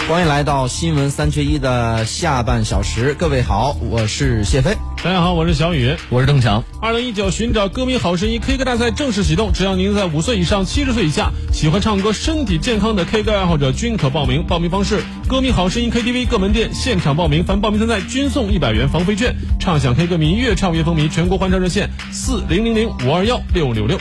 欢迎来到新闻3缺1的下半小时，各位好，我是谢飞。 大家好，我是小雨， 我是邓强。 2019寻找歌迷好声音 K 歌大赛正式启动，只要您在5岁以上70岁以下，喜欢唱歌身体健康的 K 歌爱好者均可报名。报名方式：歌迷好声音 KTV 各门店现场报名，凡报名参赛均送100元房费券。畅享 K 歌迷越唱越风靡，全国欢唱热线4000521666。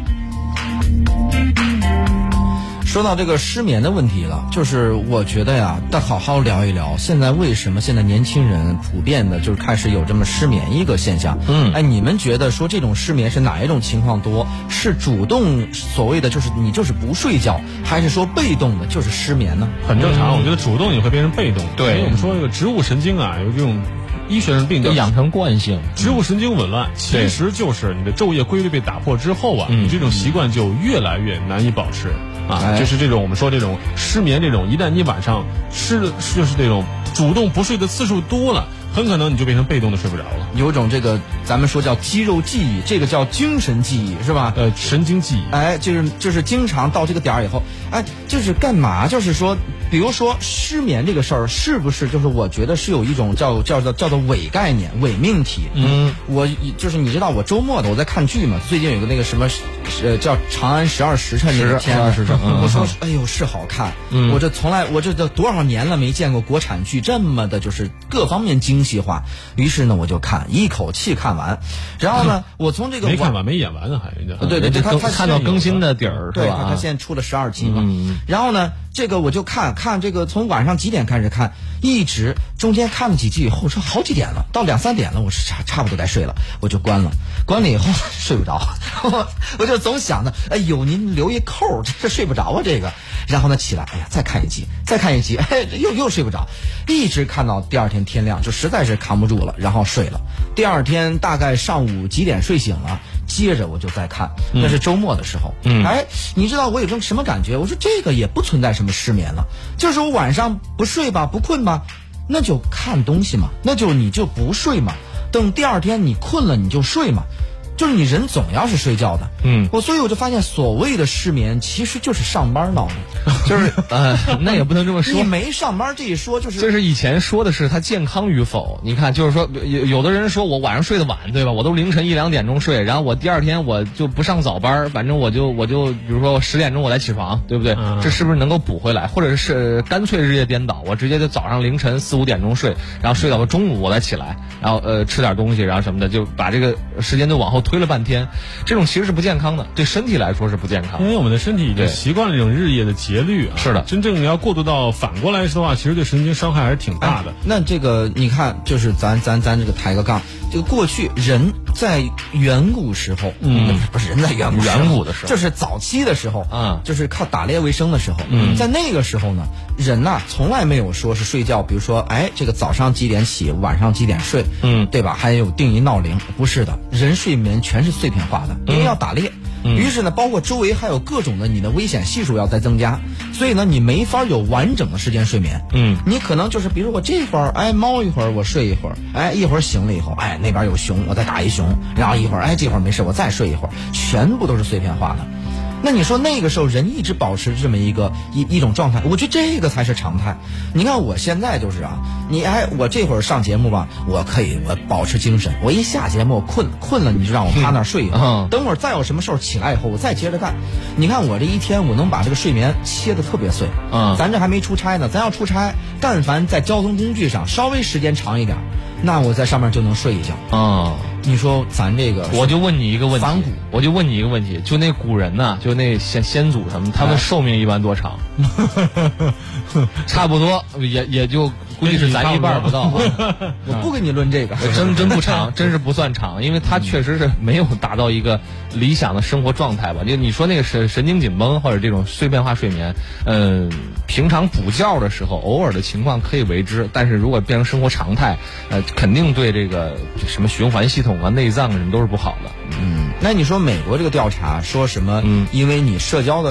说到这个失眠的问题了，就是我觉得呀，得好好聊一聊，现在为什么现在年轻人普遍的就是开始有这么失眠一个现象。你们觉得说这种失眠是哪一种情况多？是主动所谓的就是你就是不睡觉，还是说被动的就是失眠呢？ 很正常，我觉得主动也会变成被动。 对， 因为我们说这个植物神经啊，有这种医学上病叫养成惯性， 植物神经紊乱，其实就是你的昼夜规律被打破之后啊，你这种习惯就越来越难以保持啊。就是这种我们说这种失眠这种，一旦你晚上就是这种主动不睡的次数多了，很可能你就变成被动的睡不着了。 有种这个咱们说叫肌肉记忆，这个叫精神记忆，是吧？ 神经记忆。 就是经常到这个点儿以后，就是干嘛？就是说，比如说失眠这个事儿，是不是就是我觉得是有一种叫做伪概念、伪命题？我就是你知道我周末的我在看剧嘛，最近有个那个什么叫《长安12时辰》那个片子，我说哎呦是好看，我这多少年了没见过国产剧这么的，就是各方面精细化。于是呢，我就一口气看完，然后呢，我从这个没看完没演完呢，还对，他看到更新的底儿是吧？ 对，他现在出了12集嘛。然后呢，这个我就看这个从晚上几点开始看，一直中间看了几集以后，说好几点了，到2、3点了，我是差不多该睡了，我就关了以后睡不着，我就总想着，哎呦，您留一扣，这睡不着啊这个。然后呢起来，哎呀，再看一集，又睡不着，一直看到第二天天亮，就实在是扛不住了，然后睡了。第二天大概上午几点睡醒了，接着我就再看，那是周末的时候。你知道我有种什么感觉？我说这个也不存在什么失眠了，就是我晚上不睡吧，不困吧，那就看东西嘛，那就你就不睡嘛，等第二天你困了你就睡嘛。就是你人总要是睡觉的，所以我就发现所谓的失眠其实就是上班闹的， 就是那也不能这么说。 你没上班这一说就是， 这是以前说的是他健康与否。你看，就是说有的人说我晚上睡得晚，对吧？我都凌晨1、2点钟睡，然后我第二天我就不上早班，反正我就比如说我10点钟我来起床，对不对？这是不是能够补回来？或者是干脆日夜颠倒，我直接就早上凌晨4、5点钟睡，然后睡到中午我再起来，然后吃点东西，然后什么的，就把这个时间就往后推了半天，这种其实是不健康的，对身体来说是不健康的。 因为我们的身体已经习惯了这种日夜的节律啊。 是的， 真正你要过渡到反过来说的话，其实对神经伤害还是挺大的。 那这个你看，就是咱这个抬个杠，这个过去人在远古时候，不是人在远古的时候，就是早期的时候，就是靠打猎为生的时候，在那个时候呢，人呐从来没有说是睡觉，比如说这个早上几点起，晚上几点睡，对吧？还有定一闹铃，不是的，人睡眠全是碎片化的，因为要打猎。于是呢，包括周围还有各种的你的危险系数要再增加，所以呢，你没法有完整的时间睡眠。你可能就是比如我这会儿猫一会儿，我睡一会儿，一会儿醒了以后，那边有熊，我再打一熊，然后一会儿这会儿没事，我再睡一会儿，全部都是碎片化的。那你说那个时候人一直保持这么一种状态，我觉得这个才是常态。你看我现在就是我这会儿上节目吧，我保持精神，我一下节目困了，你就让我趴那儿睡一会儿，等会儿再有什么事儿起来以后，我再接着干。你看我这一天我能把这个睡眠切得特别碎。咱这还没出差呢，咱要出差，但凡在交通工具上稍微时间长一点，那我在上面就能睡一觉。你说咱这个， 我就问你一个问题，就那古人呐，就那先祖什么，他们寿命一般多长？差不多也就估计是咱一半不到。 我不跟你论这个， 真不长，真是不算长，因为他确实是没有达到一个理想的生活状态吧。就你说那个神经紧绷或者这种碎片化睡眠，平常补觉的时候偶尔的情况可以为之，但是如果变成生活常态，肯定对这个什么循环系统内脏什么都是不好的。 那你说美国这个调查说什么？因为你社交的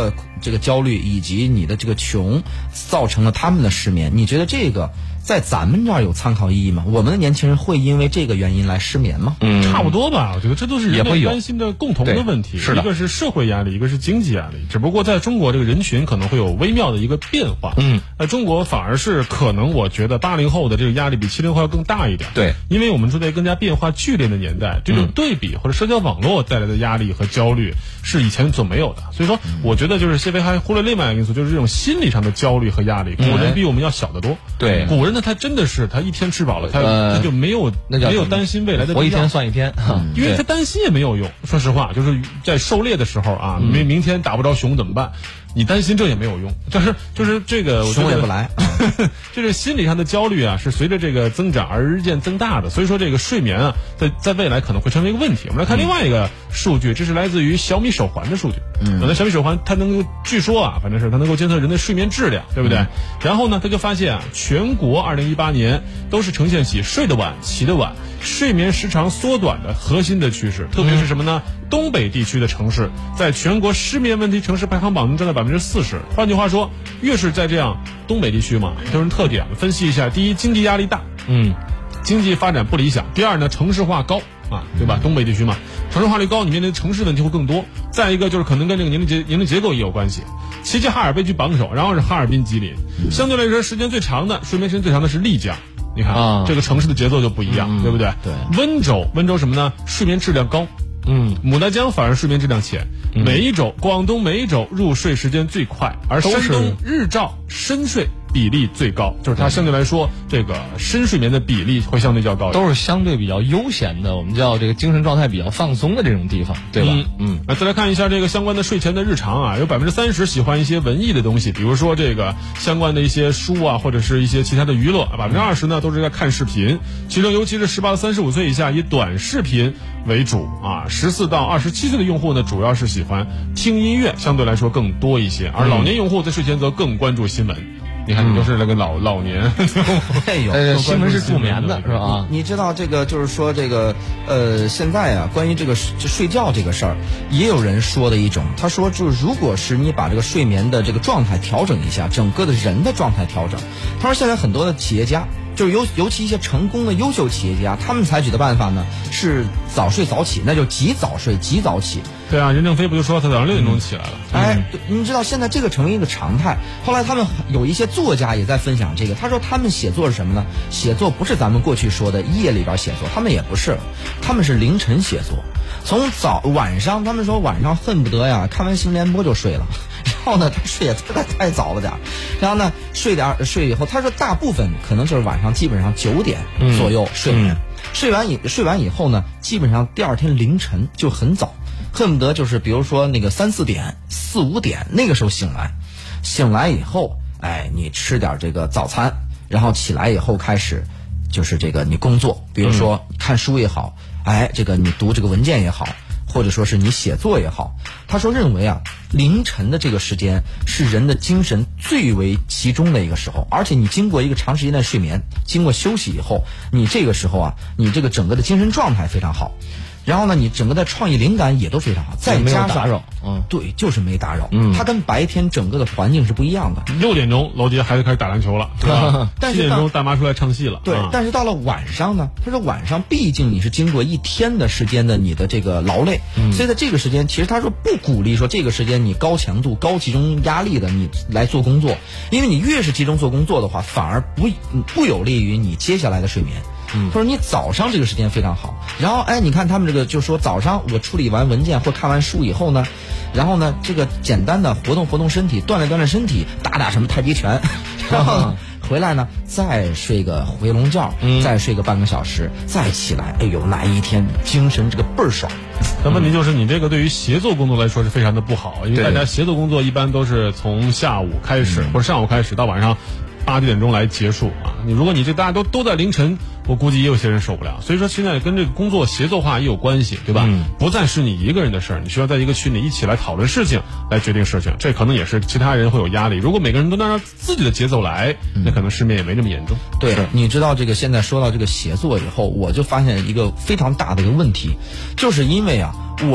这个焦虑以及你的这个穷，造成了他们的失眠。你觉得这个在咱们这儿有参考意义吗？我们的年轻人会因为这个原因来失眠吗？ 差不多吧。我觉得这都是人类担心的共同的问题。 是的， 一个是社会压力，一个是经济压力。只不过在中国这个人群可能会有微妙的一个变化。中国反而是可能我觉得80后的这个压力比70后要更大一点。 对， 因为我们处在更加变化剧烈的年代，这种对比或者社交网络带来的压力和焦虑是以前所没有的。所以说，我觉得就是谢飞还忽略另外一个因素，就是这种心理上的焦虑和压力，古人比我们要小得多。 对， 古人呢，他真的是他一天吃饱了，他就没有担心未来的。 活一天算一天， 因为他担心也没有用。说实话，就是在狩猎的时候啊，明天打不着熊怎么办？你担心这也没有用，就是这个熊也不来， 就是心理上的焦虑啊，是随着这个增长而日渐增大的。所以说这个睡眠啊，在未来可能会成为一个问题。我们来看另外一个数据，这是来自于小米手环的数据。那小米手环它能够，据说啊，反正是它能够监测人的睡眠质量，对不对？然后呢，他就发现啊，全国2018年都是呈现起睡得晚、起得晚、睡眠时长缩短的核心的趋势。特别是什么呢？东北地区的城市在全国失眠问题城市排行榜中占了40%。换句话说，越是在这样东北地区嘛，有什么特点？分析一下：第一，经济压力大，经济发展不理想；第二呢，城市化高啊，对吧？东北地区嘛，城市化率高，你面对城市问题会更多。再一个就是可能跟这个年龄结构也有关系。齐齐哈尔被居榜首，然后是哈尔滨、吉林。相对来说，时间最长的睡眠时间最长的是丽江。你看这个城市的节奏就不一样，对不对？ 对。 温州什么呢？睡眠质量高。牡丹江反而睡眠质量浅。广东梅州入睡时间最快，而山东日照深睡比例最高，就是它相对来说这个深睡眠的比例会相对较高， 都是相对比较悠闲的，我们叫这个精神状态比较放松的这种地方，对吧？ 那再来看一下这个相关的睡前的日常啊，有30%喜欢一些文艺的东西，比如说这个相关的一些书啊，或者是一些其他的娱乐，20%呢都是在看视频，其中尤其是18到35岁以下以短视频为主啊，14到27岁的用户呢主要是喜欢听音乐，相对来说更多一些，而老年用户在睡前则更关注新闻。你看，你都是那个老年， 新闻是助眠的，是吧？ 你知道这个，就是说这个，现在啊，关于这个睡觉这个事儿，也有人说的一种，他说就是如果是你把这个睡眠的这个状态调整一下，整个的人的状态调整，他说现在很多的企业家。就是尤其一些成功的优秀企业家，他们采取的办法呢是早睡早起，那就极早睡极早起。 对啊，任正非不就说他早上6点钟起来了？ 你知道现在这个成为一个常态。后来他们有一些作家也在分享这个，他说他们写作是什么呢？写作不是咱们过去说的夜里边写作，他们也不是，他们是凌晨写作。从晚上，他们说晚上恨不得呀看完新闻联播就睡了。然后呢，他睡也太早了点，然后呢睡以后，他说大部分可能就是晚上基本上9点左右睡眠，睡完以后呢，基本上第二天凌晨就很早，恨不得就是比如说那个3、4点、4、5点那个时候醒来以后，你吃点这个早餐，然后起来以后开始就是这个你工作，比如说看书也好，这个你读这个文件也好。或者说是你写作也好，他说认为啊，凌晨的这个时间是人的精神最为集中的一个时候，而且你经过一个长时间的睡眠，经过休息以后，你这个时候啊，你这个整个的精神状态非常好，然后呢，你整个的创意灵感也都非常好，再加上打扰， 对，就是没打扰，它跟白天整个的环境是不一样的。 6点钟，楼底下孩子开始打篮球了，对吧？7点钟大妈出来唱戏了， 对。但是到了晚上呢，他说晚上毕竟你是经过一天的时间的你的这个劳累，所以在这个时间，其实他说不鼓励说这个时间你高强度、高集中压力的你来做工作，因为你越是集中做工作的话，反而不有利于你接下来的睡眠。他说你早上这个时间非常好，然后你看他们这个就说早上我处理完文件或看完书以后呢，然后呢这个简单的活动身体，锻炼身体，打什么太极拳，然后回来呢再睡个回笼觉，再睡个半个小时，再起来，那一天精神这个倍儿爽。 但问题就是你这个对于协作工作来说是非常的不好，因为大家协作工作一般都是从下午开始或者上午开始到晚上8、9点钟来结束啊。如果你大家都在凌晨，我估计也有些人受不了。所以说现在跟这个工作协作化也有关系，对吧？不再是你一个人的事儿，你需要在一个群里一起来讨论事情，来决定事情。这可能也是其他人会有压力。如果每个人都按照自己的节奏来，那可能失眠也没那么严重。 对，你知道这个现在说到这个协作以后，我就发现一个非常大的一个问题，就是因为啊，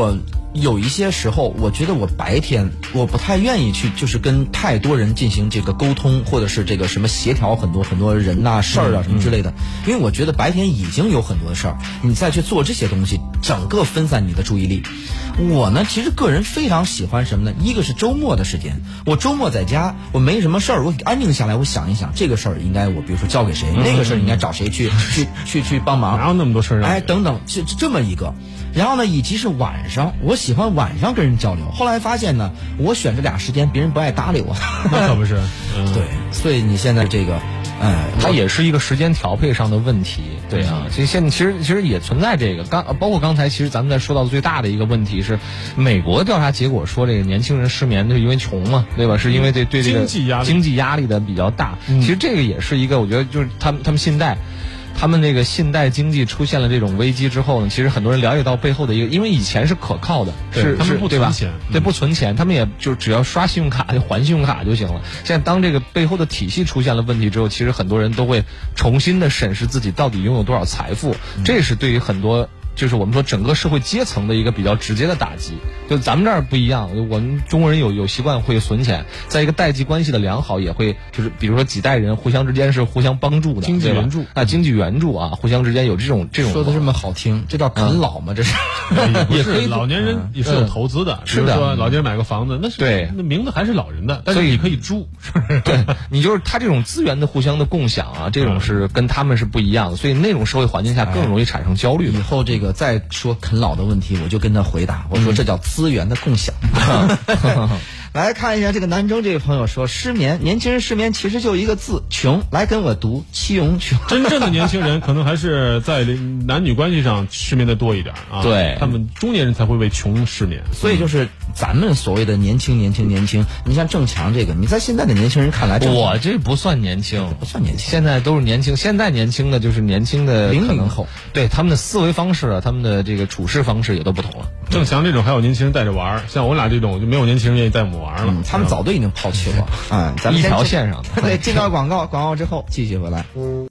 有一些时候，我觉得我白天我不太愿意去，就是跟太多人进行这个沟通，或者是这个什么协调很多人呐、事儿啊什么之类的。因为我觉得白天已经有很多的事儿，你再去做这些东西，整个分散你的注意力。我呢，其实个人非常喜欢什么呢？一个是周末的时间，我周末在家，我没什么事儿，我安静下来，我想一想这个事儿应该我比如说交给谁，那个事儿应该找谁去帮忙。 哪有那么多事儿？ 哎，等等，这么一个。然后呢，以及是晚上，我喜欢晚上跟人交流。后来发现呢，我选这俩时间，别人不爱搭理我。 那可不是。 对，所以你现在这个， 它也是一个时间调配上的问题。对啊，其实也存在这个。包括刚才，其实咱们在说到最大的一个问题是，美国调查结果说，这个年轻人失眠就是因为穷嘛，对吧？是因为对这个经济压力的比较大。其实这个也是一个，我觉得就是他们这个信贷经济出现了这种危机之后呢，其实很多人了解到背后的一个，因为以前是可靠的， 他们不存钱， 对，不存钱，他们也就只要刷信用卡就还信用卡就行了。现在当这个背后的体系出现了问题之后，其实很多人都会重新的审视自己到底拥有多少财富，这是对于很多。就是我们说整个社会阶层的一个比较直接的打击，就咱们这儿不一样，我们中国人有习惯会存钱，在一个代际关系的良好，也会就是比如说几代人互相之间是互相帮助的， 经济援助啊，经济援助啊，互相之间有这种说的这么好听，这叫啃老吗？这是也可以，老年人也是有投资的， 是的， 比如说老年人买个房子，那是对， 那名字还是老人的，但是你可以租， 对，你就是他这种资源的互相的共享啊，这种是跟他们是不一样的，所以那种社会环境下更容易产生焦虑。 以后这个再说啃老的问题，我就跟他回答，我说这叫资源的共享。来看一下这个南征这位朋友说，失眠，年轻人失眠其实就一个字，穷。来跟我读穷。 真正的年轻人可能还是在男女关系上失眠的多一点啊。 对， 他们中年人才会为穷失眠。 所以就是咱们所谓的年轻，你像郑强这个，你在现在的年轻人看来， 我这不算年轻， 不算年轻， 现在都是年轻。现在年轻的就是年轻的 00后， 对他们的思维方式啊，他们的这个处事方式也都不同了。 郑强这种还有年轻人带着玩，像我俩这种就没有年轻人愿意带我们玩了。 他们早都已经抛弃了。咱们一条线上的。 对，进到广告之后继续回来。